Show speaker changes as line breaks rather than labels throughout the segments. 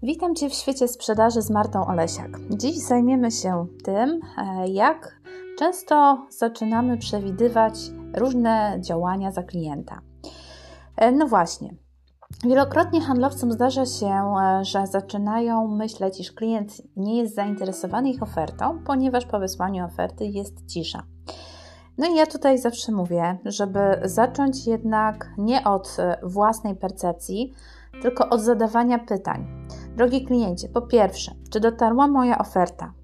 Witam Cię w świecie sprzedaży z Martą Olesiak. Dziś zajmiemy się tym, jak często zaczynamy przewidywać różne działania za klienta. No właśnie, wielokrotnie handlowcom zdarza się, że zaczynają myśleć, iż klient nie jest zainteresowany ich ofertą, ponieważ po wysłaniu oferty jest cisza. No i ja tutaj zawsze mówię, żeby zacząć jednak nie od własnej percepcji, tylko od zadawania pytań. Drogi kliencie, po pierwsze, czy dotarła moja oferta?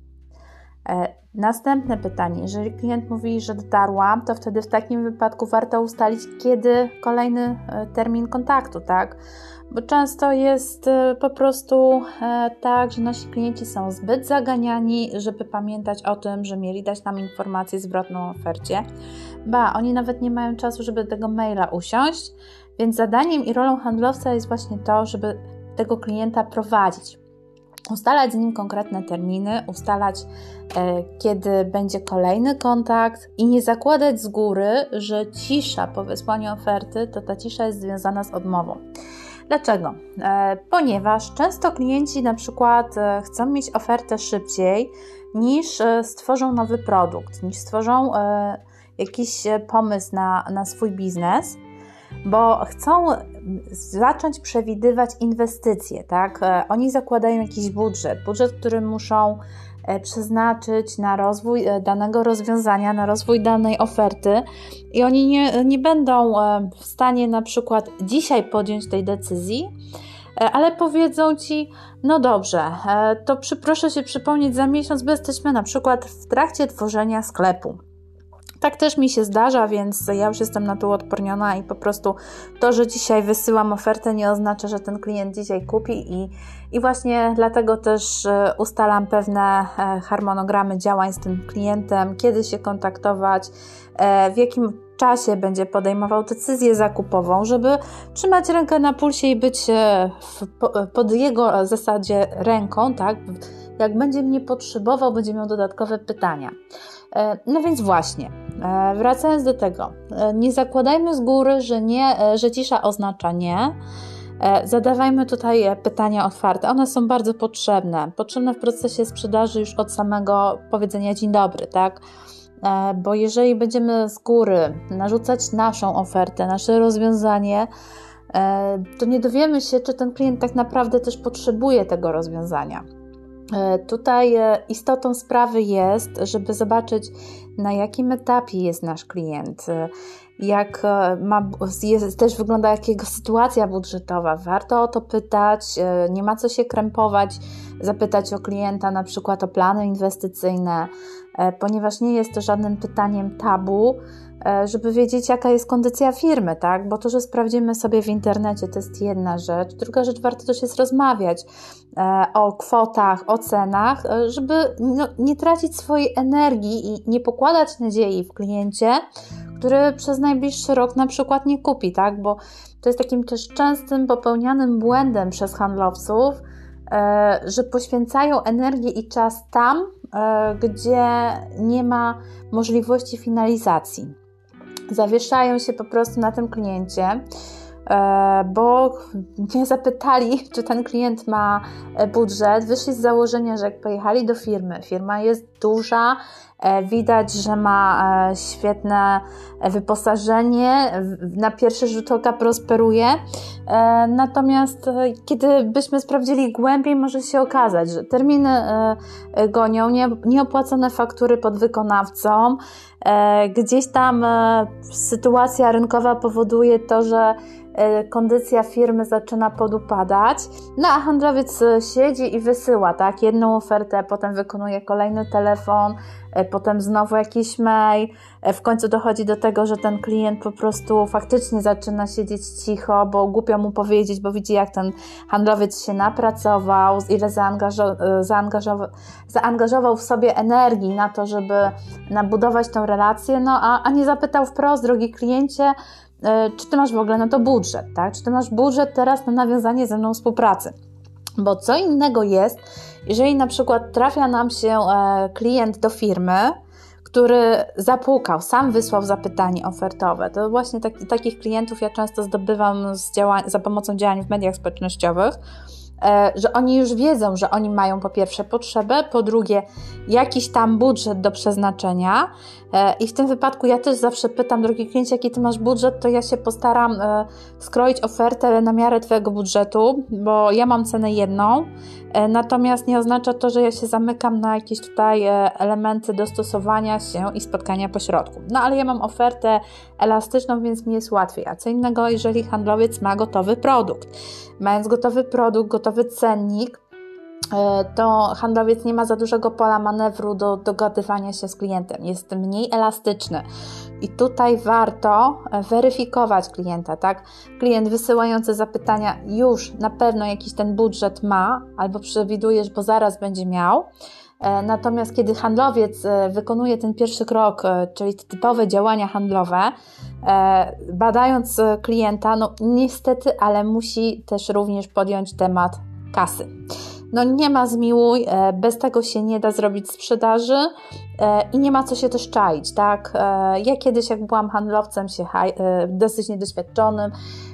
Następne pytanie, jeżeli klient mówi, że dotarła, to wtedy w takim wypadku warto ustalić, kiedy kolejny termin kontaktu, tak? Bo często jest po prostu tak, że nasi klienci są zbyt zaganiani, żeby pamiętać o tym, że mieli dać nam informację zwrotną o ofercie. Oni nawet nie mają czasu, żeby do tego maila usiąść, więc zadaniem i rolą handlowca jest właśnie to, żeby tego klienta prowadzić. Ustalać z nim konkretne terminy, ustalać kiedy będzie kolejny kontakt i nie zakładać z góry, że cisza po wysłaniu oferty, to ta cisza jest związana z odmową. Dlaczego? Ponieważ często klienci na przykład chcą mieć ofertę szybciej niż stworzą nowy produkt, niż stworzą jakiś pomysł na swój biznes, bo chcą zacząć przewidywać inwestycje, tak? Oni zakładają jakiś budżet, który muszą przeznaczyć na rozwój danego rozwiązania, na rozwój danej oferty i oni nie będą w stanie na przykład dzisiaj podjąć tej decyzji, ale powiedzą Ci, no dobrze, to proszę się przypomnieć za miesiąc, bo jesteśmy na przykład w trakcie tworzenia sklepu. Tak też mi się zdarza, więc ja już jestem na to odporniona i po prostu to, że dzisiaj wysyłam ofertę, nie oznacza, że ten klient dzisiaj kupi i właśnie dlatego też ustalam pewne harmonogramy działań z tym klientem, kiedy się kontaktować, w jakim czasie będzie podejmował decyzję zakupową, żeby trzymać rękę na pulsie i być pod jego zasadzie ręką, tak? Jak będzie mnie potrzebował, będzie miał dodatkowe pytania. No więc właśnie, wracając do tego, nie zakładajmy z góry, że cisza oznacza nie. Zadawajmy tutaj pytania otwarte. One są bardzo potrzebne w procesie sprzedaży już od samego powiedzenia dzień dobry, tak? Bo jeżeli będziemy z góry narzucać naszą ofertę, nasze rozwiązanie, to nie dowiemy się, czy ten klient tak naprawdę też potrzebuje tego rozwiązania. Tutaj istotą sprawy jest, żeby zobaczyć, na jakim etapie jest nasz klient, jak też wygląda jego sytuacja budżetowa. Warto o to pytać, nie ma co się krępować, zapytać o klienta na przykład o plany inwestycyjne, ponieważ nie jest to żadnym pytaniem tabu, żeby wiedzieć, jaka jest kondycja firmy, tak? Bo to, że sprawdzimy sobie w internecie, to jest jedna rzecz. Druga rzecz, warto też jest rozmawiać o kwotach, o cenach, żeby nie tracić swojej energii i nie pokładać nadziei w kliencie, który przez najbliższy rok na przykład nie kupi, tak? Bo to jest takim też częstym popełnianym błędem przez handlowców, że poświęcają energię i czas tam, gdzie nie ma możliwości finalizacji. Zawieszają się po prostu na tym kliencie, bo nie zapytali, czy ten klient ma budżet, wyszli z założenia, że jak pojechali do firma jest duża, widać, że ma świetne wyposażenie, na pierwszy rzut oka prosperuje, natomiast kiedy byśmy sprawdzili głębiej, może się okazać, że terminy gonią, nieopłacone faktury podwykonawcom, gdzieś tam sytuacja rynkowa powoduje to, że kondycja firmy zaczyna podupadać, a handlowiec siedzi i wysyła, tak, jedną ofertę, potem wykonuje kolejny telefon, potem znowu jakiś mail, w końcu dochodzi do tego, że ten klient po prostu faktycznie zaczyna siedzieć cicho, bo głupio mu powiedzieć, bo widzi, jak ten handlowiec się napracował, ile zaangażował w sobie energii na to, żeby nabudować tę relację, a nie zapytał wprost, drogi kliencie, czy ty masz w ogóle na to budżet, tak? Czy ty masz budżet teraz na nawiązanie ze mną współpracy? Bo co innego jest, jeżeli na przykład trafia nam się klient do firmy, który zapukał, sam wysłał zapytanie ofertowe. To właśnie takich klientów ja często zdobywam za pomocą działań w mediach społecznościowych. że oni już wiedzą, że oni mają po pierwsze potrzebę, po drugie jakiś tam budżet do przeznaczenia i w tym wypadku ja też zawsze pytam, drogi kliencie, jaki ty masz budżet, to ja się postaram skroić ofertę na miarę twojego budżetu, bo ja mam cenę jedną, natomiast nie oznacza to, że ja się zamykam na jakieś tutaj elementy dostosowania się i spotkania pośrodku. No ale ja mam ofertę elastyczną, więc mi jest łatwiej, a co innego, jeżeli handlowiec ma gotowy produkt. Mając gotowy produkt, gotowy cennik, to handlowiec nie ma za dużego pola manewru do dogadywania się z klientem. Jest mniej elastyczny. I tutaj warto weryfikować klienta, tak? Klient wysyłający zapytania już na pewno jakiś ten budżet ma, albo przewidujesz, bo zaraz będzie miał. Natomiast kiedy handlowiec wykonuje ten pierwszy krok, czyli te typowe działania handlowe, badając klienta, no niestety, ale musi też również podjąć temat kasy. No nie ma zmiłuj, bez tego się nie da zrobić sprzedaży i nie ma co się też czaić, tak? Ja kiedyś, jak byłam handlowcem dosyć niedoświadczonym,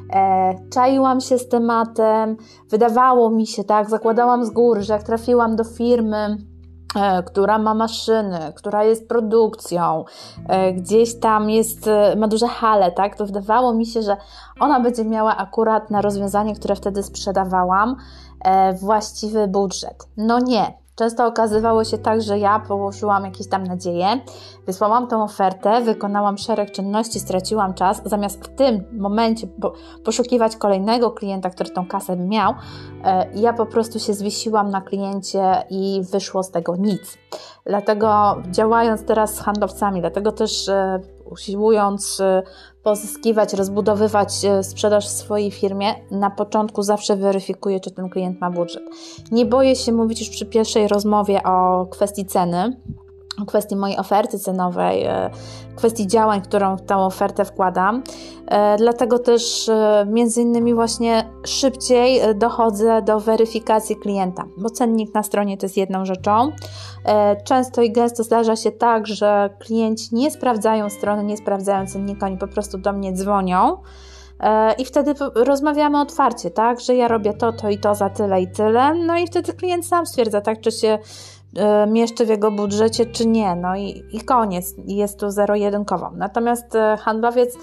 czaiłam się z tematem, wydawało mi się, tak, zakładałam z góry, że jak trafiłam do firmy, która ma maszyny, która jest produkcją, gdzieś tam ma duże hale, tak, to wydawało mi się, że ona będzie miała akurat na rozwiązanie, które wtedy sprzedawałam, właściwy budżet. No nie. Często okazywało się tak, że ja położyłam jakieś tam nadzieje, wysłałam tą ofertę, wykonałam szereg czynności, straciłam czas, zamiast w tym momencie poszukiwać kolejnego klienta, który tą kasę by miał, ja po prostu się zwiesiłam na kliencie i wyszło z tego nic. Dlatego działając teraz z handlowcami, dlatego też usiłując pozyskiwać, rozbudowywać sprzedaż w swojej firmie, na początku zawsze weryfikuję, czy ten klient ma budżet. Nie boję się mówić już przy pierwszej rozmowie o kwestii ceny, o kwestii mojej oferty cenowej, kwestii działań, którą w tę ofertę wkładam. Dlatego też między innymi właśnie szybciej dochodzę do weryfikacji klienta, bo cennik na stronie to jest jedną rzeczą. Często i gęsto zdarza się tak, że klienci nie sprawdzają strony, nie sprawdzają cennika, oni po prostu do mnie dzwonią i wtedy rozmawiamy otwarcie, tak, że ja robię to i to za tyle i tyle, no i wtedy klient sam stwierdza, tak, czy się mieszczy w jego budżecie, czy nie, no i koniec, jest tu zero-jedynkowo. Natomiast handlowiec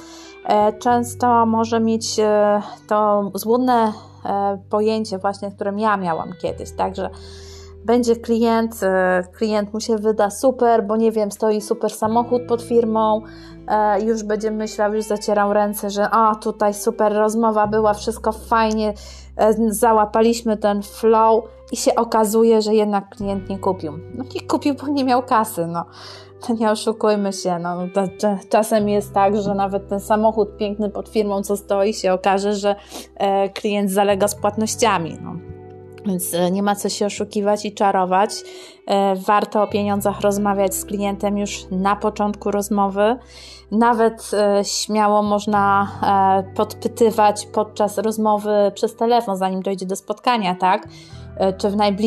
często może mieć to złudne pojęcie właśnie, którym ja miałam kiedyś, tak, że będzie klient mu się wyda super, bo nie wiem, stoi super samochód pod firmą, już będzie myślał, już zacierał ręce, że tutaj super rozmowa była, wszystko fajnie, załapaliśmy ten flow i się okazuje, że jednak klient nie kupił. No nie kupił, bo nie miał kasy, no. To nie oszukujmy się, no. Czasem jest tak, że nawet ten samochód piękny pod firmą, co stoi, się okaże, że klient zalega z płatnościami, no. Więc nie ma co się oszukiwać i czarować. Warto o pieniądzach rozmawiać z klientem już na początku rozmowy. Nawet śmiało można podpytywać podczas rozmowy przez telefon, zanim dojdzie do spotkania, tak? Czy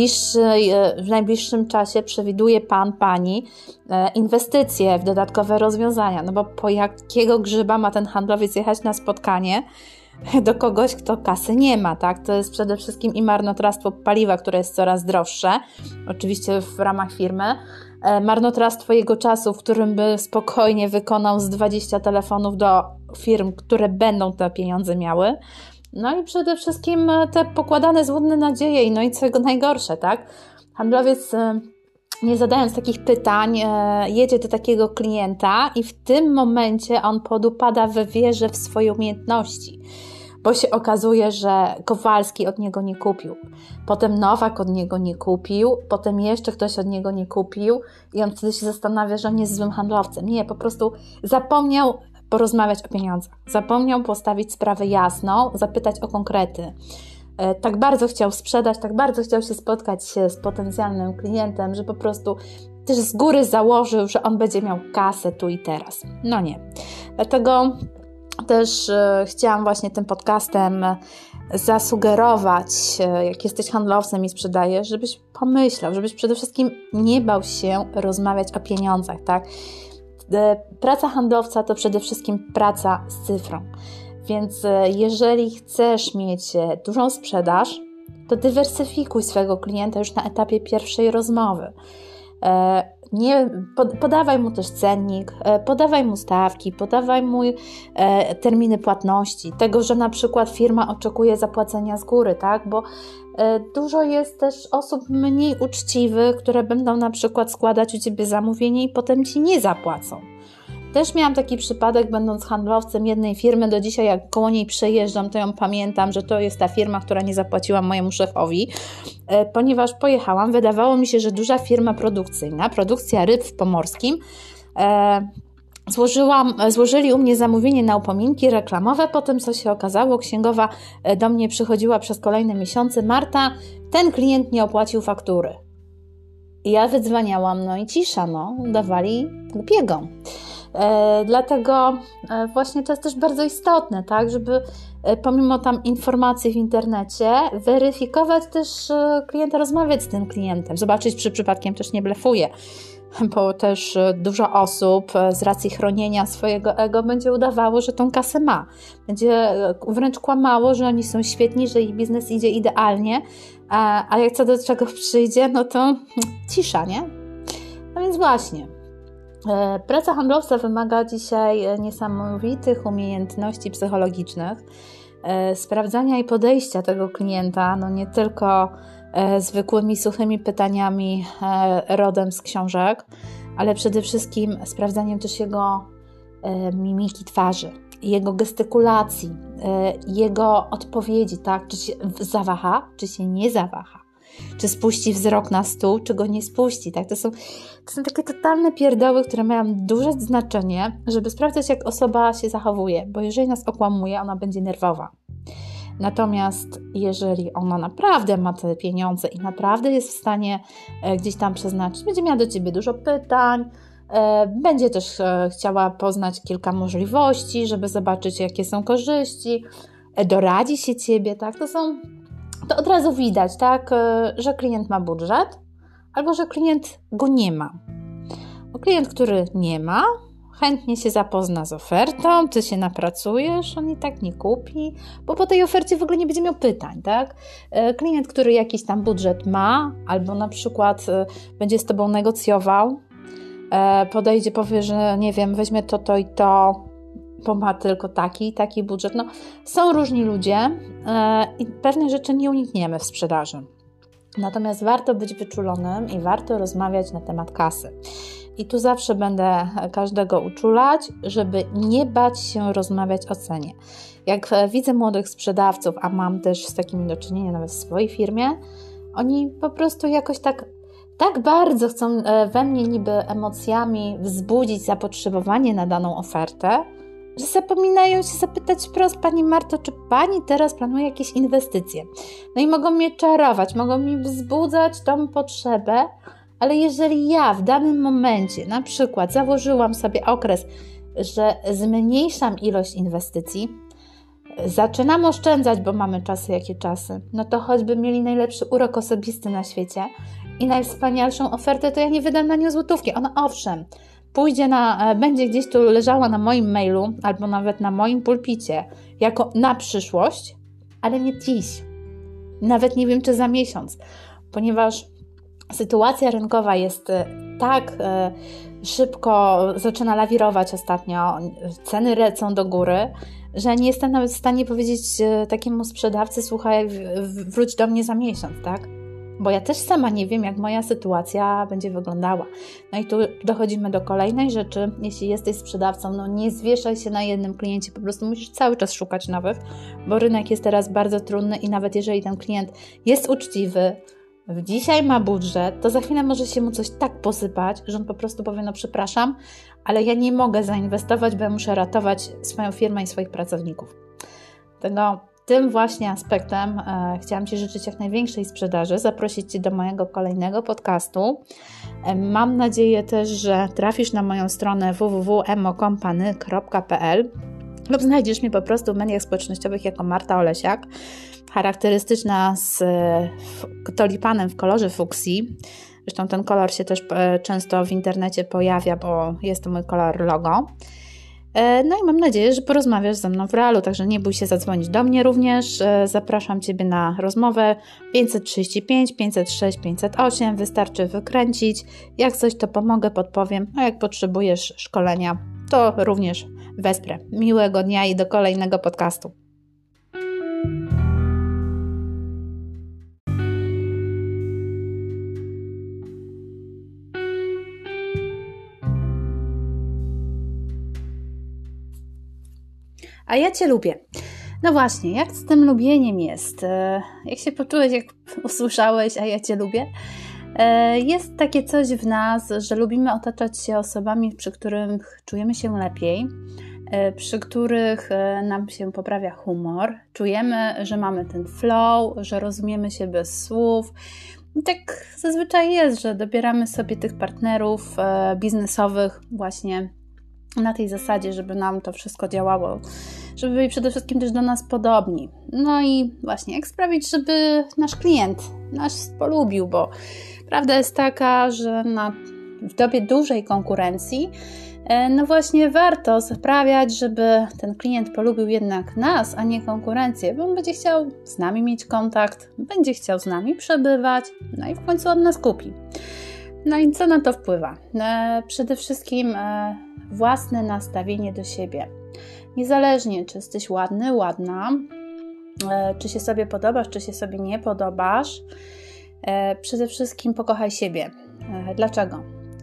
w najbliższym czasie przewiduje Pan, Pani inwestycje w dodatkowe rozwiązania? No bo po jakiego grzyba ma ten handlowiec jechać na spotkanie do kogoś, kto kasy nie ma, tak? To jest przede wszystkim i marnotrawstwo paliwa, które jest coraz droższe, oczywiście w ramach firmy, marnotrawstwo jego czasu, w którym by spokojnie wykonał z 20 telefonów do firm, które będą te pieniądze miały. No i przede wszystkim te pokładane złudne nadzieje, no i co najgorsze, tak? Handlowiec, nie zadając takich pytań, jedzie do takiego klienta i w tym momencie on podupada we wierze w swoje umiejętności, bo się okazuje, że Kowalski od niego nie kupił, potem Nowak od niego nie kupił, potem jeszcze ktoś od niego nie kupił i on wtedy się zastanawia, że on jest złym handlowcem. Nie, po prostu zapomniał porozmawiać o pieniądzach, zapomniał postawić sprawę jasno, zapytać o konkrety. Tak bardzo chciał sprzedać, tak bardzo chciał się spotkać z potencjalnym klientem, że po prostu też z góry założył, że on będzie miał kasę tu i teraz. No nie. Dlatego też chciałam właśnie tym podcastem zasugerować, jak jesteś handlowcem i sprzedajesz, żebyś pomyślał, żebyś przede wszystkim nie bał się rozmawiać o pieniądzach, tak? Praca handlowca to przede wszystkim praca z cyfrą. Więc jeżeli chcesz mieć dużą sprzedaż, to dywersyfikuj swojego klienta już na etapie pierwszej rozmowy. Podawaj mu też cennik, podawaj mu stawki, podawaj mu terminy płatności, tego, że na przykład firma oczekuje zapłacenia z góry, tak? Bo dużo jest też osób mniej uczciwych, które będą na przykład składać u Ciebie zamówienie i potem Ci nie zapłacą. Też miałam taki przypadek, będąc handlowcem jednej firmy, do dzisiaj jak koło niej przejeżdżam, to ją pamiętam, że to jest ta firma, która nie zapłaciła mojemu szefowi, ponieważ pojechałam, wydawało mi się, że duża firma produkcyjna, produkcja ryb w Pomorskim, złożyli u mnie zamówienie na upominki reklamowe, potem co się okazało, księgowa do mnie przychodziła przez kolejne miesiące: Marta, ten klient nie opłacił faktury. I ja wydzwaniałam, no i cisza, dawali głupiego. Dlatego właśnie to jest też bardzo istotne, tak, żeby pomimo tam informacji w internecie weryfikować też klienta, rozmawiać z tym klientem, zobaczyć, czy przypadkiem też nie blefuje, bo też dużo osób z racji chronienia swojego ego będzie udawało, że tą kasę ma. Będzie wręcz kłamało, że oni są świetni, że ich biznes idzie idealnie, a jak co do czego przyjdzie, no to cisza, nie? No więc właśnie. Praca handlowca wymaga dzisiaj niesamowitych umiejętności psychologicznych, sprawdzania i podejścia tego klienta, nie tylko zwykłymi, suchymi pytaniami rodem z książek, ale przede wszystkim sprawdzaniem też jego mimiki twarzy, jego gestykulacji, jego odpowiedzi, tak? Czy się zawaha, czy się nie zawaha. Czy spuści wzrok na stół, czy go nie spuści, tak? To są takie totalne pierdoły, które mają duże znaczenie, żeby sprawdzać, jak osoba się zachowuje, bo jeżeli nas okłamuje, ona będzie nerwowa. Natomiast jeżeli ona naprawdę ma te pieniądze i naprawdę jest w stanie gdzieś tam przeznaczyć, będzie miała do Ciebie dużo pytań, będzie też chciała poznać kilka możliwości, żeby zobaczyć, jakie są korzyści, doradzi się Ciebie, tak? To od razu widać, tak, że klient ma budżet albo że klient go nie ma. Bo klient, który nie ma, chętnie się zapozna z ofertą, ty się napracujesz, on i tak nie kupi, bo po tej ofercie w ogóle nie będzie miał pytań, tak? Klient, który jakiś tam budżet ma albo na przykład będzie z Tobą negocjował, podejdzie, powie, że nie wiem, weźmie to i to, bo ma tylko taki budżet. Są różni ludzie i pewnych rzeczy nie unikniemy w sprzedaży. Natomiast warto być wyczulonym i warto rozmawiać na temat kasy. I tu zawsze będę każdego uczulać, żeby nie bać się rozmawiać o cenie. Jak widzę młodych sprzedawców, a mam też z takimi do czynienia nawet w swojej firmie, oni po prostu jakoś tak bardzo chcą we mnie niby emocjami wzbudzić zapotrzebowanie na daną ofertę, że zapominają się zapytać wprost: Pani Marto, czy Pani teraz planuje jakieś inwestycje? I mogą mnie czarować, mogą mi wzbudzać tą potrzebę, ale jeżeli ja w danym momencie na przykład założyłam sobie okres, że zmniejszam ilość inwestycji, zaczynam oszczędzać, bo mamy czasy jakie czasy, to choćby mieli najlepszy urok osobisty na świecie i najwspanialszą ofertę, to ja nie wydam na nią złotówki. Ona owszem, będzie gdzieś tu leżała na moim mailu albo nawet na moim pulpicie jako na przyszłość, ale nie dziś. Nawet nie wiem, czy za miesiąc, ponieważ sytuacja rynkowa jest tak szybko, zaczyna lawirować ostatnio, ceny lecą do góry, że nie jestem nawet w stanie powiedzieć takiemu sprzedawcy: słuchaj, wróć do mnie za miesiąc, tak? Bo ja też sama nie wiem, jak moja sytuacja będzie wyglądała. I tu dochodzimy do kolejnej rzeczy. Jeśli jesteś sprzedawcą, nie zwieszaj się na jednym kliencie, po prostu musisz cały czas szukać nowych, bo rynek jest teraz bardzo trudny i nawet jeżeli ten klient jest uczciwy, dzisiaj ma budżet, to za chwilę może się mu coś tak posypać, że on po prostu powie: przepraszam, ale ja nie mogę zainwestować, bo ja muszę ratować swoją firmę i swoich pracowników. Tym właśnie aspektem chciałam Ci życzyć jak największej sprzedaży, zaprosić Cię do mojego kolejnego podcastu. Mam nadzieję też, że trafisz na moją stronę www.emocompany.pl lub znajdziesz mnie po prostu w mediach społecznościowych jako Marta Olesiak, charakterystyczna z tulipanem w kolorze fuksji. Zresztą ten kolor się też często w internecie pojawia, bo jest to mój kolor logo. No i mam nadzieję, że porozmawiasz ze mną w realu, także nie bój się zadzwonić do mnie również. Zapraszam Ciebie na rozmowę 535 506 508. Wystarczy wykręcić. Jak coś, to pomogę, podpowiem. A jak potrzebujesz szkolenia, to również wesprę. Miłego dnia i do kolejnego podcastu. A ja Cię lubię. No właśnie, jak z tym lubieniem jest? Jak się poczułeś, jak usłyszałeś, a ja Cię lubię? Jest takie coś w nas, że lubimy otaczać się osobami, przy których czujemy się lepiej, przy których nam się poprawia humor, czujemy, że mamy ten flow, że rozumiemy się bez słów. I tak zazwyczaj jest, że dobieramy sobie tych partnerów biznesowych właśnie na tej zasadzie, żeby nam to wszystko działało, żeby byli przede wszystkim też do nas podobni. No i właśnie, jak sprawić, żeby nasz klient nas polubił, bo prawda jest taka, że w dobie dużej konkurencji no właśnie warto sprawiać, żeby ten klient polubił jednak nas, a nie konkurencję, bo on będzie chciał z nami mieć kontakt, będzie chciał z nami przebywać, no i w końcu od nas kupi. No i co na to wpływa? Przede wszystkim własne nastawienie do siebie. Niezależnie, czy jesteś ładny, ładna, czy się sobie podobasz, czy się sobie nie podobasz, przede wszystkim pokochaj siebie. Dlaczego?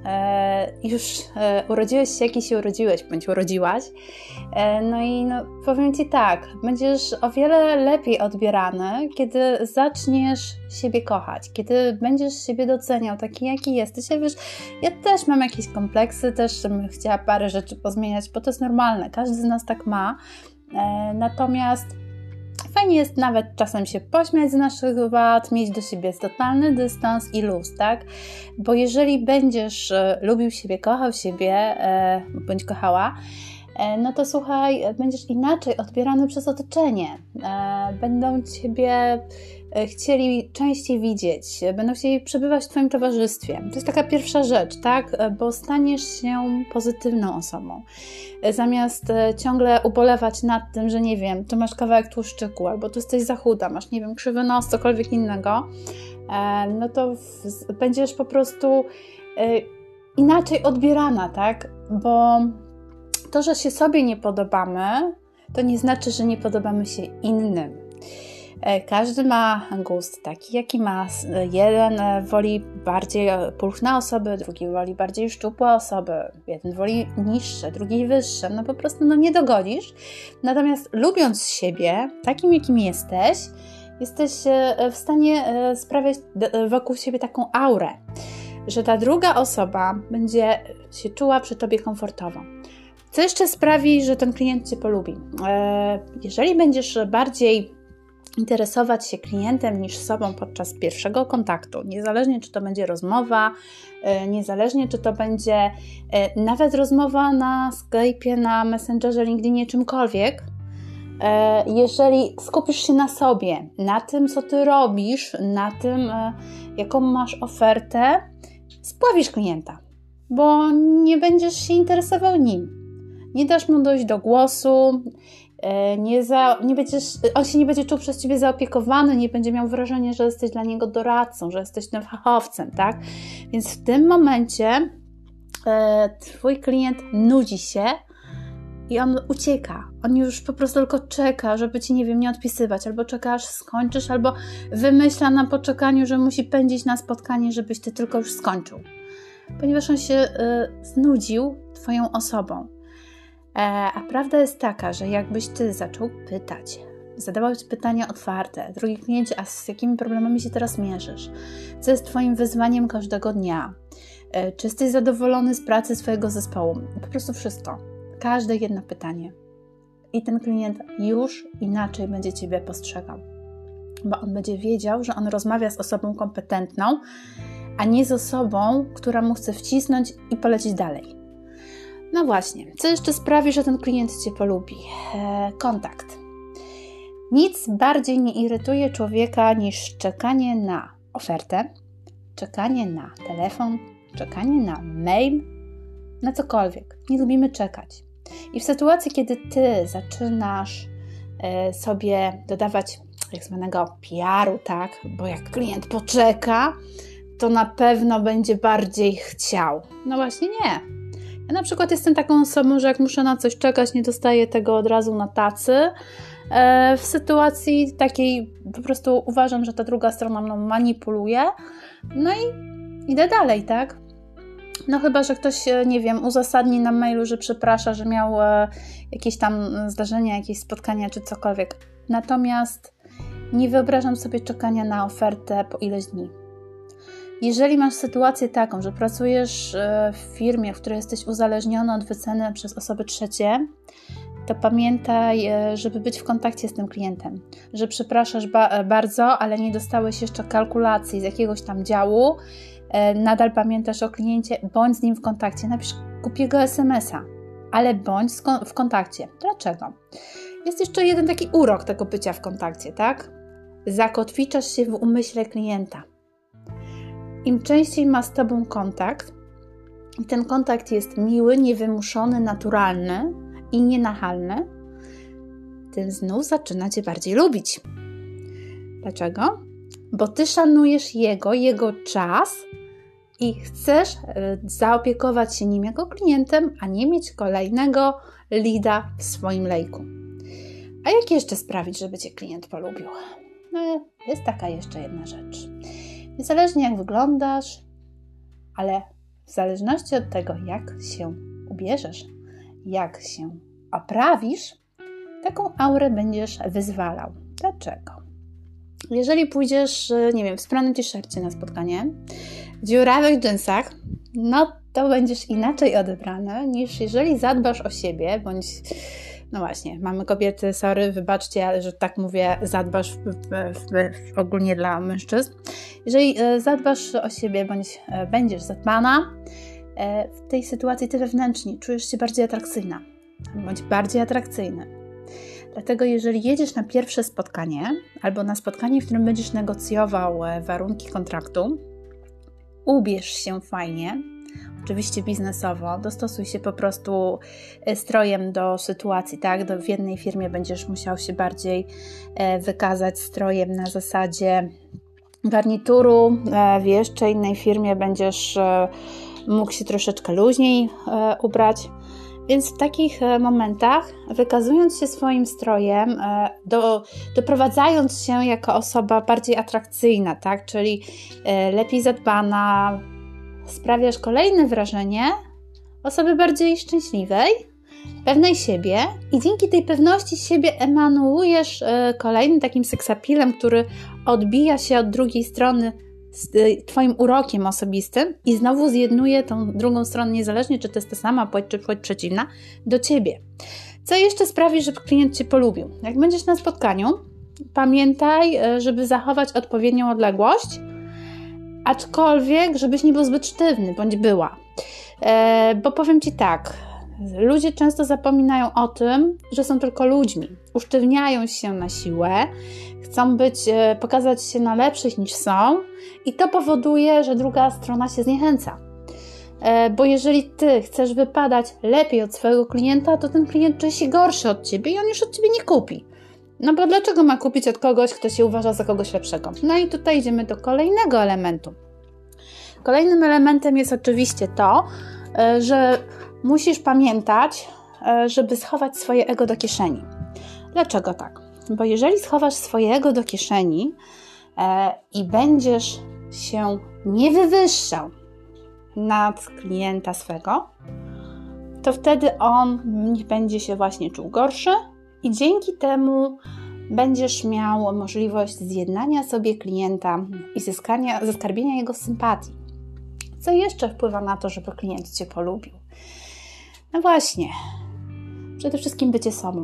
Już urodziłeś się, jaki się urodziłeś, bądź urodziłaś. No i powiem Ci tak, będziesz o wiele lepiej odbierany, kiedy zaczniesz siebie kochać, kiedy będziesz siebie doceniał, taki jaki jesteś. Ja wiesz, ja też mam jakieś kompleksy, też bym chciała parę rzeczy pozmieniać, bo to jest normalne, każdy z nas tak ma. Natomiast fajnie jest nawet czasem się pośmiać z naszych wad, mieć do siebie totalny dystans i luz, tak? Bo jeżeli będziesz lubił siebie, kochał siebie, bądź kochała, no to słuchaj, będziesz inaczej odbierany przez otoczenie. Będą Ciebie chcieli częściej widzieć, będą chcieli przebywać w Twoim towarzystwie. To jest taka pierwsza rzecz, tak? Bo staniesz się pozytywną osobą. Zamiast ciągle ubolewać nad tym, że nie wiem, tu masz kawałek tłuszczyku, albo tu jesteś za chuda, masz, nie wiem, krzywy nos, cokolwiek innego, no to będziesz po prostu inaczej odbierana, tak? Bo to, że się sobie nie podobamy, to nie znaczy, że nie podobamy się innym. Każdy ma gust taki, jaki ma. Jeden woli bardziej pulchne osoby, drugi woli bardziej szczupłe osoby. Jeden woli niższe, drugi wyższe. No po prostu nie dogodzisz. Natomiast lubiąc siebie, takim jakim jesteś w stanie sprawiać wokół siebie taką aurę, że ta druga osoba będzie się czuła przy Tobie komfortowo. Co jeszcze sprawi, że ten klient Cię polubi? Jeżeli będziesz bardziej interesować się klientem niż sobą podczas pierwszego kontaktu, niezależnie czy to będzie rozmowa, niezależnie czy to będzie nawet rozmowa na Skype'ie, na Messengerze, LinkedInie, czymkolwiek, jeżeli skupisz się na sobie, na tym, co Ty robisz, na tym, jaką masz ofertę, spławisz klienta, bo nie będziesz się interesował nim. Nie dasz mu dojść do głosu, on się nie będzie czuł przez Ciebie zaopiekowany, nie będzie miał wrażenia, że jesteś dla niego doradcą, że jesteś tym fachowcem, tak? Więc w tym momencie Twój klient nudzi się i on ucieka. On już po prostu tylko czeka, żeby Ci, nie wiem, nie odpisywać, albo czeka, aż skończysz, albo wymyśla na poczekaniu, że musi pędzić na spotkanie, żebyś Ty tylko już skończył. Ponieważ on się znudził Twoją osobą. A prawda jest taka, że jakbyś Ty zaczął pytać, zadawał Ci pytania otwarte, drogi kliencie, a z jakimi problemami się teraz mierzysz? Co jest Twoim wyzwaniem każdego dnia? Czy jesteś zadowolony z pracy swojego zespołu? Po prostu wszystko. Każde jedno pytanie. I ten klient już inaczej będzie Ciebie postrzegał. Bo on będzie wiedział, że on rozmawia z osobą kompetentną, a nie z osobą, która mu chce wcisnąć i polecieć dalej. No właśnie, co jeszcze sprawi, że ten klient Cię polubi? Kontakt. Nic bardziej nie irytuje człowieka niż czekanie na ofertę, czekanie na telefon, czekanie na mail, na cokolwiek. Nie lubimy czekać. I w sytuacji, kiedy Ty zaczynasz sobie dodawać tak zwanego PR-u, tak? Bo jak klient poczeka, to na pewno będzie bardziej chciał. No właśnie nie. Ja na przykład jestem taką osobą, że jak muszę na coś czekać, nie dostaję tego od razu na tacy. W sytuacji takiej po prostu uważam, że ta druga strona mną manipuluje. No i idę dalej, tak? No chyba, że ktoś, nie wiem, uzasadni na mailu, że przeprasza, że miał jakieś tam zdarzenia, jakieś spotkania czy cokolwiek. Natomiast nie wyobrażam sobie czekania na ofertę po ileś dni. Jeżeli masz sytuację taką, że pracujesz w firmie, w której jesteś uzależniony od wyceny przez osoby trzecie, to pamiętaj, żeby być w kontakcie z tym klientem, że przepraszasz bardzo, ale nie dostałeś jeszcze kalkulacji z jakiegoś tam działu, nadal pamiętasz o kliencie, bądź z nim w kontakcie, napisz głupiego SMS-a, ale bądź w kontakcie. Dlaczego? Jest jeszcze jeden taki urok tego bycia w kontakcie, tak? Zakotwiczasz się w umyśle klienta. Im częściej ma z Tobą kontakt i ten kontakt jest miły, niewymuszony, naturalny i nienachalny, tym znów zaczyna Cię bardziej lubić. Dlaczego? Bo Ty szanujesz jego czas i chcesz zaopiekować się nim jako klientem, a nie mieć kolejnego leada w swoim lejku. A jak jeszcze sprawić, żeby Cię klient polubił? No, jest taka jeszcze jedna rzecz. Niezależnie jak wyglądasz, ale w zależności od tego, jak się ubierzesz, jak się oprawisz, taką aurę będziesz wyzwalał. Dlaczego? Jeżeli pójdziesz, nie wiem, w spranym t-shircie na spotkanie, w dziurawych dżinsach, no to będziesz inaczej odebrany, niż jeżeli zadbasz o siebie, bądź, no właśnie, mamy kobiety, sorry, wybaczcie, ale że tak mówię, zadbasz ogólnie dla mężczyzn. Jeżeli zadbasz o siebie, bądź będziesz zadbana, w tej sytuacji Ty wewnętrznie czujesz się bardziej atrakcyjna, bądź bardziej atrakcyjny. Dlatego jeżeli jedziesz na pierwsze spotkanie, albo na spotkanie, w którym będziesz negocjował warunki kontraktu, ubierz się fajnie, oczywiście biznesowo, dostosuj się po prostu strojem do sytuacji, tak? W jednej firmie będziesz musiał się bardziej wykazać strojem na zasadzie garnituru, w jeszcze innej firmie będziesz mógł się troszeczkę luźniej ubrać. Więc w takich momentach, wykazując się swoim strojem, doprowadzając się jako osoba bardziej atrakcyjna, tak? Czyli lepiej zadbana, sprawiasz kolejne wrażenie osoby bardziej szczęśliwej, pewnej siebie i dzięki tej pewności siebie emanujesz kolejnym takim seksapilem, który odbija się od drugiej strony z Twoim urokiem osobistym i znowu zjednuje tą drugą stronę, niezależnie czy to jest ta sama płeć, czy płeć przeciwna, do Ciebie. Co jeszcze sprawi, żeby klient Cię polubił? Jak będziesz na spotkaniu, pamiętaj, żeby zachować odpowiednią odległość, aczkolwiek, żebyś nie był zbyt sztywny, bądź była. Bo powiem Ci tak, ludzie często zapominają o tym, że są tylko ludźmi. Usztywniają się na siłę, chcą pokazać się na lepszych niż są i to powoduje, że druga strona się zniechęca. Bo jeżeli Ty chcesz wypadać lepiej od swojego klienta, to ten klient czuje się gorszy od Ciebie i on już od Ciebie nie kupi. No bo dlaczego ma kupić od kogoś, kto się uważa za kogoś lepszego? No i tutaj idziemy do kolejnego elementu. Kolejnym elementem jest oczywiście to, że musisz pamiętać, żeby schować swoje ego do kieszeni. Dlaczego tak? Bo jeżeli schowasz swoje ego do kieszeni i będziesz się nie wywyższał nad klienta swego, to wtedy on będzie się właśnie czuł gorszy i dzięki temu będziesz miał możliwość zjednania sobie klienta i zaskarbienia jego sympatii. Co jeszcze wpływa na to, żeby klient Cię polubił? No właśnie, przede wszystkim bycie sobą.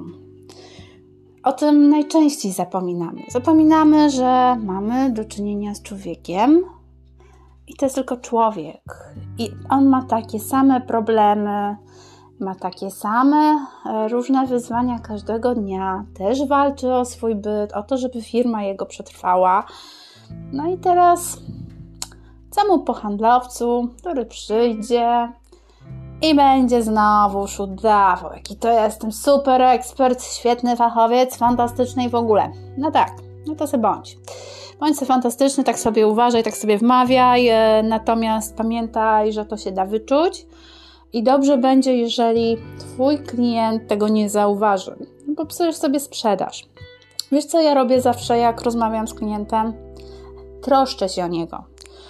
O tym najczęściej zapominamy. Zapominamy, że mamy do czynienia z człowiekiem i to jest tylko człowiek. I on ma takie same problemy, ma takie same różne wyzwania każdego dnia. Też walczy o swój byt, o to, żeby firma jego przetrwała. No i teraz co mu po handlowcu, który przyjdzie i będzie znowu udawał, jaki to jestem super ekspert, świetny fachowiec, fantastyczny i w ogóle. No tak, no to sobie bądź. Bądź sobie fantastyczny, tak sobie uważaj, tak sobie wmawiaj, natomiast pamiętaj, że to się da wyczuć i dobrze będzie, jeżeli Twój klient tego nie zauważy, bo psujesz sobie sprzedaż. Wiesz, co ja robię zawsze, jak rozmawiam z klientem? Troszczę się o niego.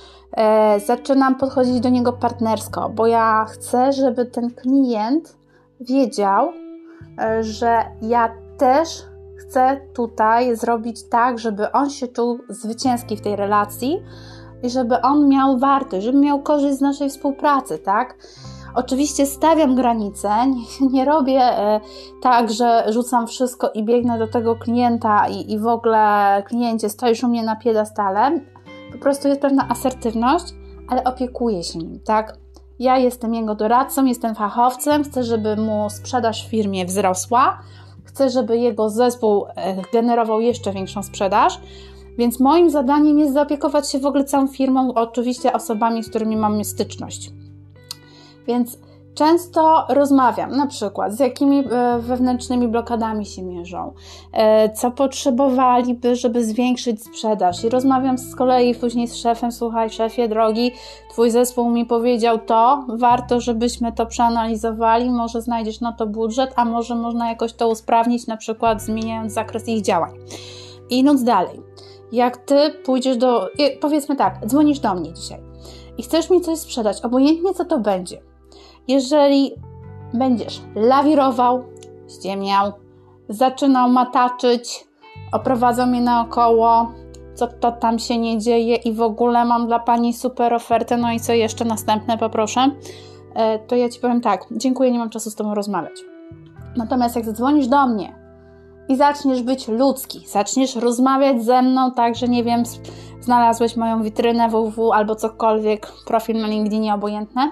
Zaczynam podchodzić do niego partnersko, bo ja chcę, żeby ten klient wiedział, że ja też chcę tutaj zrobić tak, żeby on się czuł zwycięski w tej relacji i żeby on miał wartość, żeby miał korzyść z naszej współpracy, tak? Oczywiście stawiam granice, nie robię tak, że rzucam wszystko i biegnę do tego klienta i w ogóle kliencie stoisz u mnie na piedestale. Po prostu jest pewna asertywność, ale opiekuję się nim, tak? Ja jestem jego doradcą, jestem fachowcem, chcę, żeby mu sprzedaż w firmie wzrosła, chcę, żeby jego zespół generował jeszcze większą sprzedaż, więc moim zadaniem jest zaopiekować się w ogóle całą firmą, oczywiście osobami, z którymi mamy styczność. Więc często rozmawiam, na przykład z jakimi wewnętrznymi blokadami się mierzą, co potrzebowaliby, żeby zwiększyć sprzedaż i rozmawiam z kolei później z szefem, słuchaj szefie drogi, Twój zespół mi powiedział to, warto, żebyśmy to przeanalizowali, może znajdziesz na to budżet, a może można jakoś to usprawnić, na przykład zmieniając zakres ich działań. I idąc dalej, jak Ty pójdziesz powiedzmy tak, dzwonisz do mnie dzisiaj i chcesz mi coś sprzedać, obojętnie co to będzie. Jeżeli będziesz lawirował, ściemniał, zaczynał mataczyć, oprowadzał mnie naokoło, co to tam się nie dzieje i w ogóle mam dla Pani super ofertę, no i co jeszcze następne poproszę, to ja Ci powiem tak, dziękuję, nie mam czasu z Tobą rozmawiać. Natomiast jak zadzwonisz do mnie i zaczniesz być ludzki, zaczniesz rozmawiać ze mną tak, że nie wiem, znalazłeś moją witrynę www albo cokolwiek, profil na LinkedInie, obojętne,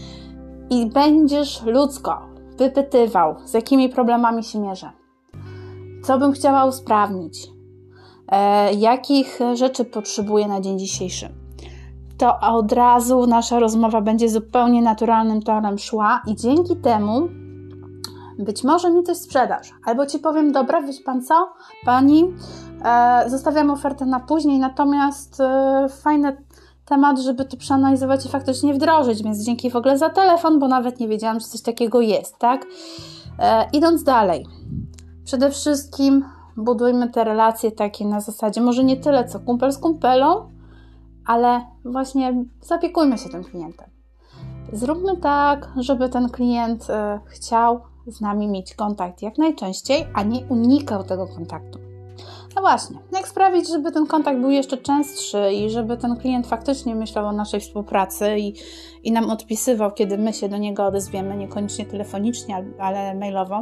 i będziesz ludzko wypytywał, z jakimi problemami się mierzę, co bym chciała usprawnić, jakich rzeczy potrzebuję na dzień dzisiejszy, to od razu nasza rozmowa będzie zupełnie naturalnym torem szła i dzięki temu być może mi coś sprzedasz, albo Ci powiem, dobra, wiesz Pan co, Pani, zostawiam ofertę na później, natomiast fajne temat, żeby to przeanalizować i faktycznie wdrożyć, więc dzięki w ogóle za telefon, bo nawet nie wiedziałam, że coś takiego jest, tak? Idąc dalej, przede wszystkim budujmy te relacje takie na zasadzie, może nie tyle co kumpel z kumpelą, ale właśnie zaopiekujmy się tym klientem. Zróbmy tak, żeby ten klient chciał z nami mieć kontakt jak najczęściej, a nie unikał tego kontaktu. No właśnie, jak sprawić, żeby ten kontakt był jeszcze częstszy i żeby ten klient faktycznie myślał o naszej współpracy i nam odpisywał, kiedy my się do niego odezwiemy, niekoniecznie telefonicznie, ale mailowo.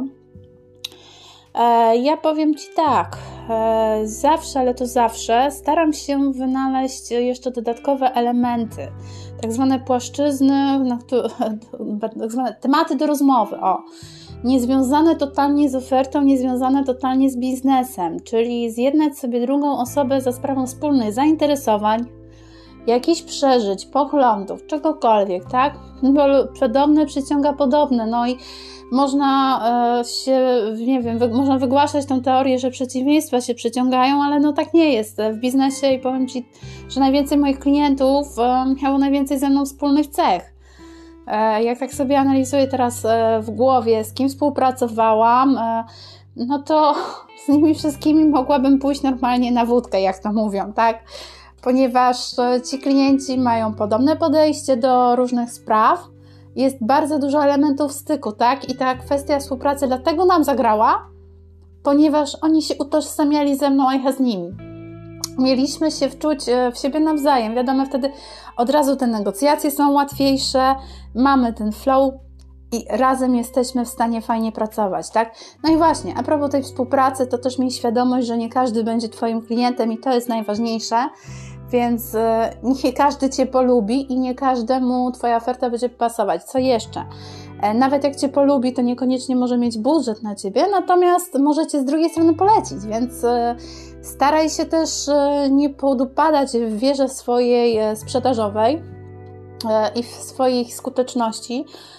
Ja powiem Ci tak, zawsze, ale to zawsze staram się wynaleźć jeszcze dodatkowe elementy, tak zwane płaszczyzny, tak zwane tematy do rozmowy, niezwiązane totalnie z ofertą, niezwiązane totalnie z biznesem, czyli zjednać sobie drugą osobę za sprawą wspólnych zainteresowań, jakichś przeżyć, poglądów, czegokolwiek, tak? Bo podobne przyciąga podobne, no i można można wygłaszać tę teorię, że przeciwieństwa się przyciągają, ale no tak nie jest. W biznesie i powiem Ci, że najwięcej moich klientów miało najwięcej ze mną wspólnych cech. Jak tak sobie analizuję teraz w głowie, z kim współpracowałam, no to z nimi wszystkimi mogłabym pójść normalnie na wódkę, jak to mówią, tak? Ponieważ ci klienci mają podobne podejście do różnych spraw, jest bardzo dużo elementów styku, tak? I ta kwestia współpracy dlatego nam zagrała, ponieważ oni się utożsamiali ze mną, a ja z nimi. Mieliśmy się wczuć w siebie nawzajem. Wiadomo, wtedy od razu te negocjacje są łatwiejsze, mamy ten flow i razem jesteśmy w stanie fajnie pracować, tak? No i właśnie, a propos tej współpracy, to też miej świadomość, że nie każdy będzie Twoim klientem i to jest najważniejsze, więc nie każdy Cię polubi i nie każdemu Twoja oferta będzie pasować. Co jeszcze? Nawet jak Cię polubi, to niekoniecznie może mieć budżet na Ciebie, natomiast może Cię z drugiej strony polecić, więc staraj się też nie podupadać w wierze swojej sprzedażowej i w swojej skuteczności,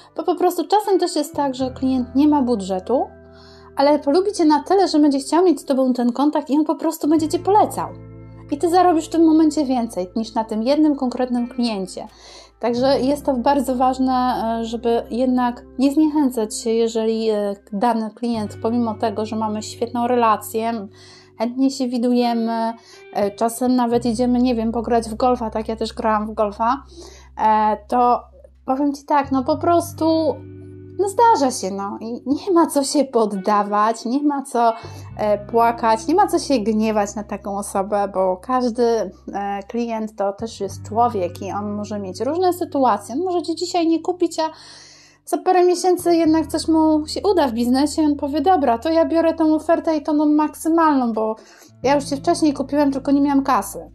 Bo po prostu czasem też jest tak, że klient nie ma budżetu, ale polubi Cię na tyle, że będzie chciał mieć z Tobą ten kontakt i on po prostu będzie Cię polecał. I Ty zarobisz w tym momencie więcej niż na tym jednym konkretnym kliencie. Także jest to bardzo ważne, żeby jednak nie zniechęcać się, jeżeli dany klient, pomimo tego, że mamy świetną relację, chętnie się widujemy, czasem nawet idziemy, nie wiem, pograć w golfa, tak ja też grałam w golfa, to powiem Ci tak, no po prostu zdarza się, i nie ma co się poddawać, nie ma co płakać, nie ma co się gniewać na taką osobę, bo każdy klient to też jest człowiek i on może mieć różne sytuacje, on może Ci dzisiaj nie kupić, a za parę miesięcy jednak coś mu się uda w biznesie i on powie, dobra, to ja biorę tą ofertę i tą maksymalną, bo ja już Cię wcześniej kupiłem, tylko nie miałam kasy.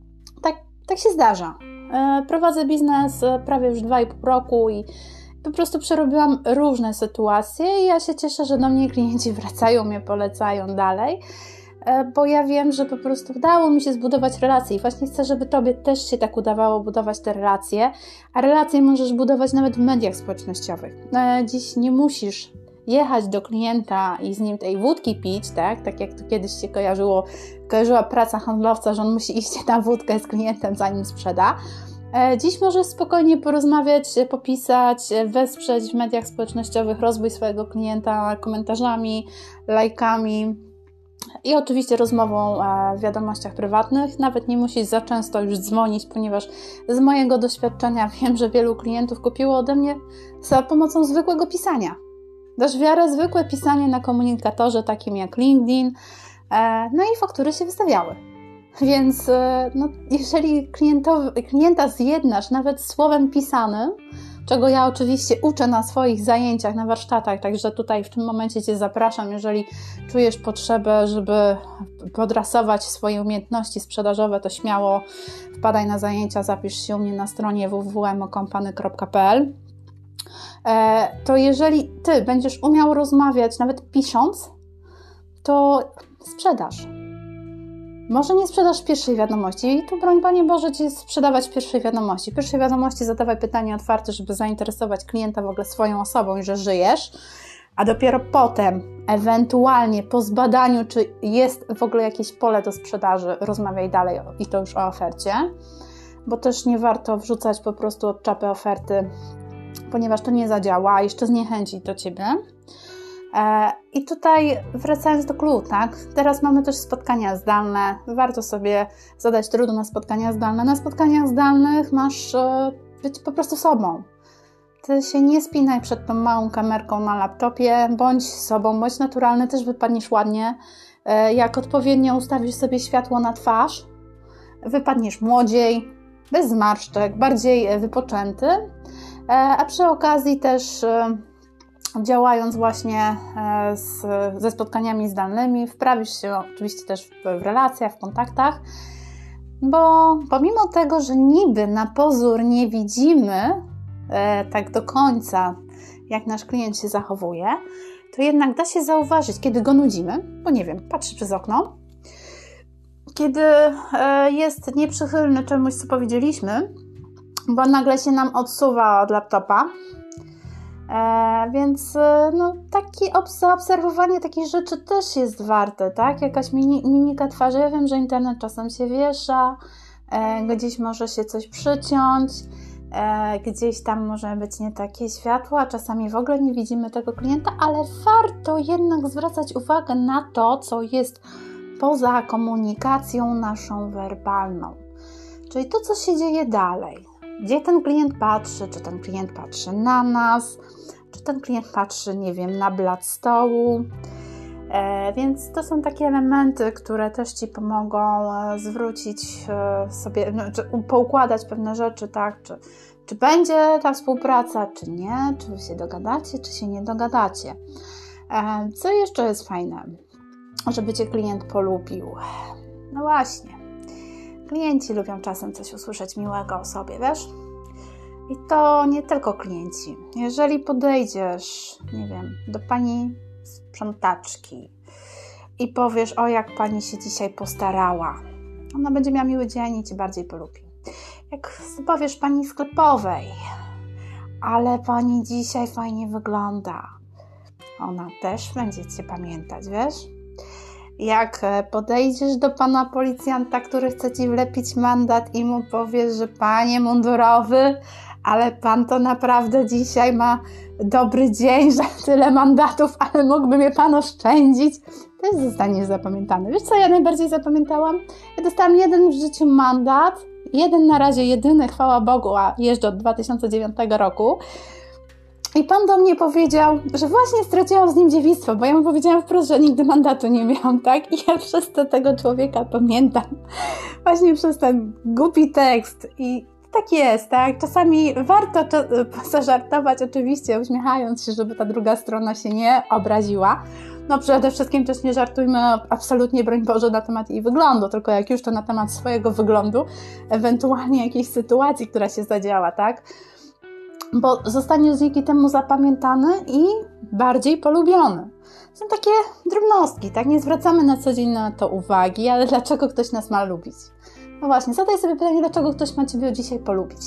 Tak się zdarza. Prowadzę biznes prawie już 2,5 roku i po prostu przerobiłam różne sytuacje i ja się cieszę, że do mnie klienci wracają, mnie polecają dalej, bo ja wiem, że po prostu udało mi się zbudować relacje i właśnie chcę, żeby Tobie też się tak udawało budować te relacje, a relacje możesz budować nawet w mediach społecznościowych. Dziś nie musisz jechać do klienta i z nim tej wódki pić, tak jak to kiedyś się kojarzyła praca handlowca, że on musi iść na wódkę z klientem, zanim sprzeda. Dziś możesz spokojnie porozmawiać, popisać, wesprzeć w mediach społecznościowych rozwój swojego klienta komentarzami, lajkami i oczywiście rozmową w wiadomościach prywatnych. Nawet nie musisz za często już dzwonić, ponieważ z mojego doświadczenia wiem, że wielu klientów kupiło ode mnie za pomocą zwykłego pisania. Dasz wiarę, zwykłe pisanie na komunikatorze takim jak LinkedIn, i faktury się wystawiały. Więc jeżeli klienta zjednasz nawet słowem pisanym, czego ja oczywiście uczę na swoich zajęciach, na warsztatach, także tutaj w tym momencie Cię zapraszam, jeżeli czujesz potrzebę, żeby podrasować swoje umiejętności sprzedażowe, to śmiało wpadaj na zajęcia, zapisz się u mnie na stronie www.mokompany.pl. To jeżeli Ty będziesz umiał rozmawiać, nawet pisząc, to sprzedaż. Może nie sprzedasz pierwszej wiadomości i tu broń Panie Boże Cię sprzedawać pierwszej wiadomości. Pierwszej wiadomości zadawaj pytanie otwarte, żeby zainteresować klienta w ogóle swoją osobą i że żyjesz, a dopiero potem, ewentualnie po zbadaniu, czy jest w ogóle jakieś pole do sprzedaży, rozmawiaj dalej i to już o ofercie, bo też nie warto wrzucać po prostu od czapy oferty, ponieważ to nie zadziała, a jeszcze zniechęci to Ciebie. I tutaj wracając do clue, tak? Teraz mamy też spotkania zdalne. Warto sobie zadać trud na spotkania zdalne. Na spotkaniach zdalnych masz być po prostu sobą. Ty się nie spinaj przed tą małą kamerką na laptopie. Bądź sobą, bądź naturalny, też wypadniesz ładnie. Jak odpowiednio ustawisz sobie światło na twarz, wypadniesz młodziej, bez zmarszczek, bardziej wypoczęty. A przy okazji też działając właśnie ze spotkaniami zdalnymi, wprawisz się oczywiście też w relacjach, w kontaktach, bo pomimo tego, że niby na pozór nie widzimy tak do końca, jak nasz klient się zachowuje, to jednak da się zauważyć, kiedy go nudzimy, bo nie wiem, patrzy przez okno, kiedy jest nieprzychylny czemuś, co powiedzieliśmy, bo nagle się nam odsuwa od laptopa. Więc takie zaobserwowanie takich rzeczy też jest warte, tak? Jakaś mimika twarzy. Ja wiem, że internet czasem się wiesza, gdzieś może się coś przyciąć, gdzieś tam może być nie takie światło, a czasami w ogóle nie widzimy tego klienta, ale warto jednak zwracać uwagę na to, co jest poza komunikacją naszą werbalną. Czyli to, co się dzieje dalej. Gdzie ten klient patrzy, czy ten klient patrzy na nas, czy ten klient patrzy, nie wiem, na blat stołu. Więc to są takie elementy, które też Ci pomogą zwrócić sobie, poukładać pewne rzeczy, tak? Czy będzie ta współpraca, czy nie, czy Wy się dogadacie, czy się nie dogadacie. Co jeszcze jest fajne, żeby Cię klient polubił? No właśnie. Klienci lubią czasem coś usłyszeć miłego o sobie, wiesz? I to nie tylko klienci. Jeżeli podejdziesz, nie wiem, do pani sprzątaczki i powiesz, o jak pani się dzisiaj postarała, ona będzie miała miły dzień i Cię bardziej polubi. Jak powiesz pani sklepowej, ale pani dzisiaj fajnie wygląda. Ona też będzie cię pamiętać, wiesz? Jak podejdziesz do pana policjanta, który chce ci wlepić mandat i mu powiesz, że panie mundurowy, ale pan to naprawdę dzisiaj ma dobry dzień, że tyle mandatów, ale mógłby mnie pan oszczędzić. Też zostaniesz zapamiętany. Wiesz, co ja najbardziej zapamiętałam? Ja dostałam jeden w życiu mandat, jeden na razie, jedyny, chwała Bogu, a jeżdżę od 2009 roku. I pan do mnie powiedział, że właśnie straciłam z nim dziewictwo, bo ja mu powiedziałam wprost, że nigdy mandatu nie miałam, tak? I ja przez to tego człowieka pamiętam. Właśnie przez ten głupi tekst. I tak jest, tak? Czasami warto zażartować, oczywiście uśmiechając się, żeby ta druga strona się nie obraziła. No przede wszystkim też nie żartujmy absolutnie, broń Boże, na temat jej wyglądu, tylko jak już to na temat swojego wyglądu, ewentualnie jakiejś sytuacji, która się zadziała, tak? Bo zostaniesz dzięki temu zapamiętany i bardziej polubiony. Są takie drobnostki, tak? Nie zwracamy na co dzień na to uwagi, ale dlaczego ktoś nas ma lubić? No właśnie, zadaj sobie pytanie, dlaczego ktoś ma Ciebie dzisiaj polubić?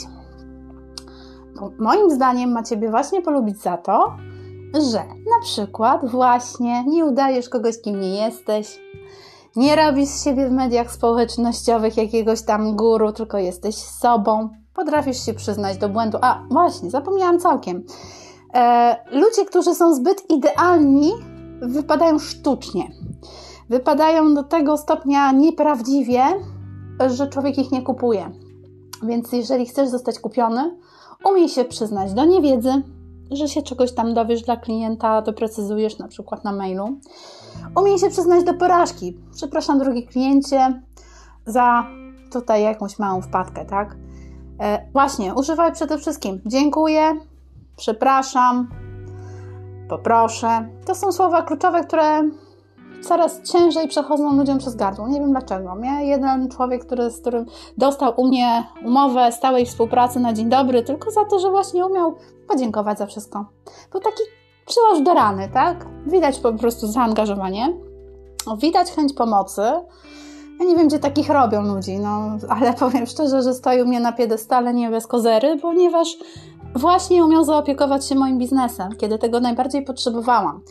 Bo moim zdaniem ma Ciebie właśnie polubić za to, że na przykład właśnie nie udajesz kogoś, kim nie jesteś, nie robisz z siebie w mediach społecznościowych jakiegoś tam guru, tylko jesteś sobą, potrafisz się przyznać do błędu. A właśnie, zapomniałam całkiem. Ludzie, którzy są zbyt idealni, wypadają sztucznie. Wypadają do tego stopnia nieprawdziwie, że człowiek ich nie kupuje. Więc jeżeli chcesz zostać kupiony, umiej się przyznać do niewiedzy, że się czegoś tam dowiesz dla klienta, doprecyzujesz na przykład na mailu. Umiej się przyznać do porażki. Przepraszam, drogi kliencie, za tutaj jakąś małą wpadkę, tak? Właśnie, używaj przede wszystkim dziękuję, przepraszam, poproszę. To są słowa kluczowe, które coraz ciężej przechodzą ludziom przez gardło. Nie wiem dlaczego. Jeden człowiek, z którym dostał u mnie umowę stałej współpracy na dzień dobry, tylko za to, że właśnie umiał podziękować za wszystko. Był taki przyłóż do rany, tak? Widać po prostu zaangażowanie, widać chęć pomocy. Ja nie wiem, gdzie takich robią ludzi, no, ale powiem szczerze, że stoi u mnie na piedestale nie bez kozery, ponieważ właśnie umiał zaopiekować się moim biznesem, kiedy tego najbardziej potrzebowałam.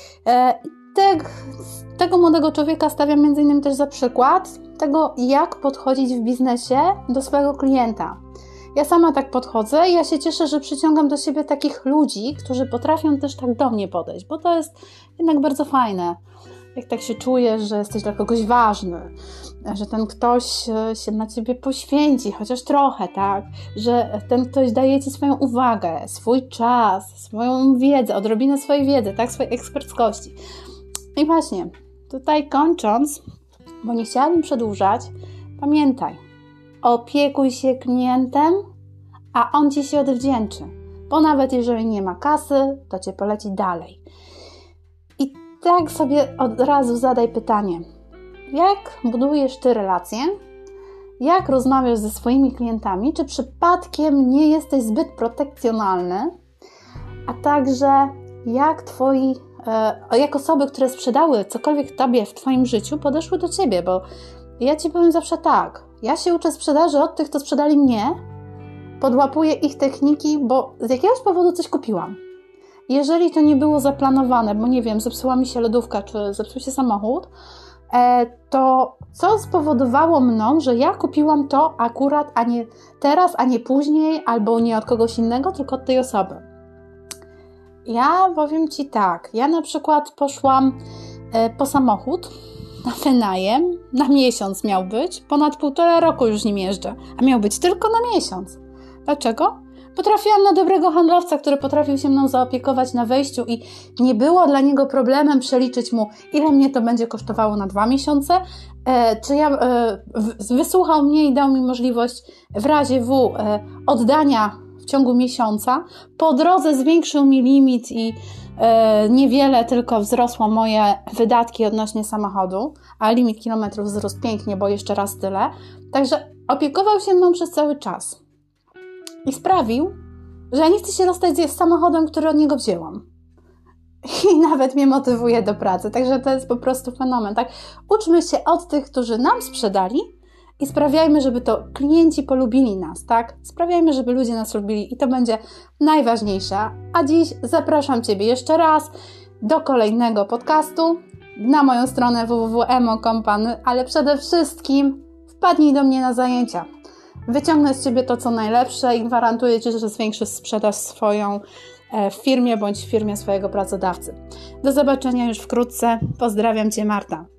Tego młodego człowieka stawiam między innymi też za przykład tego, jak podchodzić w biznesie do swojego klienta. Ja sama tak podchodzę i ja się cieszę, że przyciągam do siebie takich ludzi, którzy potrafią też tak do mnie podejść, bo to jest jednak bardzo fajne. Jak tak się czujesz, że jesteś dla kogoś ważny, że ten ktoś się na ciebie poświęci, chociaż trochę, tak? Że ten ktoś daje ci swoją uwagę, swój czas, swoją wiedzę, odrobinę swojej wiedzy, tak? Swojej eksperckości. I właśnie, tutaj kończąc, bo nie chciałabym przedłużać, pamiętaj, opiekuj się klientem, a on ci się odwdzięczy, bo nawet jeżeli nie ma kasy, to cię poleci dalej. I tak sobie od razu zadaj pytanie, jak budujesz ty relacje, jak rozmawiasz ze swoimi klientami, czy przypadkiem nie jesteś zbyt protekcjonalny, a także jak osoby, które sprzedały cokolwiek tobie w twoim życiu, podeszły do ciebie, bo ja ci powiem zawsze tak, ja się uczę sprzedaży od tych, co sprzedali mnie, podłapuję ich techniki, bo z jakiegoś powodu coś kupiłam. Jeżeli to nie było zaplanowane, bo nie wiem, zepsuła mi się lodówka, czy zepsuł się samochód, to co spowodowało mną, że ja kupiłam to akurat, a nie teraz, a nie później, albo nie od kogoś innego, tylko od tej osoby. Ja powiem ci tak, ja na przykład poszłam po samochód na wynajem, na miesiąc miał być, ponad 1,5 roku już nim jeżdżę, a miał być tylko na miesiąc. Dlaczego? Potrafiłam na dobrego handlowca, który potrafił się mną zaopiekować na wejściu i nie było dla niego problemem przeliczyć mu, ile mnie to będzie kosztowało na 2 miesiące, wysłuchał mnie i dał mi możliwość w razie oddania w ciągu miesiąca. Po drodze zwiększył mi limit i niewiele tylko wzrosło moje wydatki odnośnie samochodu, a limit kilometrów wzrósł pięknie, bo jeszcze raz tyle. Także opiekował się mną przez cały czas. I sprawił, że ja nie chcę się rozstać z samochodem, który od niego wzięłam. I nawet mnie motywuje do pracy. Także to jest po prostu fenomen. Tak? Uczmy się od tych, którzy nam sprzedali i sprawiajmy, żeby to klienci polubili nas, tak? Sprawiajmy, żeby ludzie nas lubili i to będzie najważniejsze. A dziś zapraszam Ciebie jeszcze raz do kolejnego podcastu na moją stronę www.emo.com, ale przede wszystkim wpadnij do mnie na zajęcia. Wyciągnę z Ciebie to, co najlepsze i gwarantuję Ci, że zwiększysz sprzedaż swoją w firmie bądź w firmie swojego pracodawcy. Do zobaczenia już wkrótce. Pozdrawiam Cię, Marta.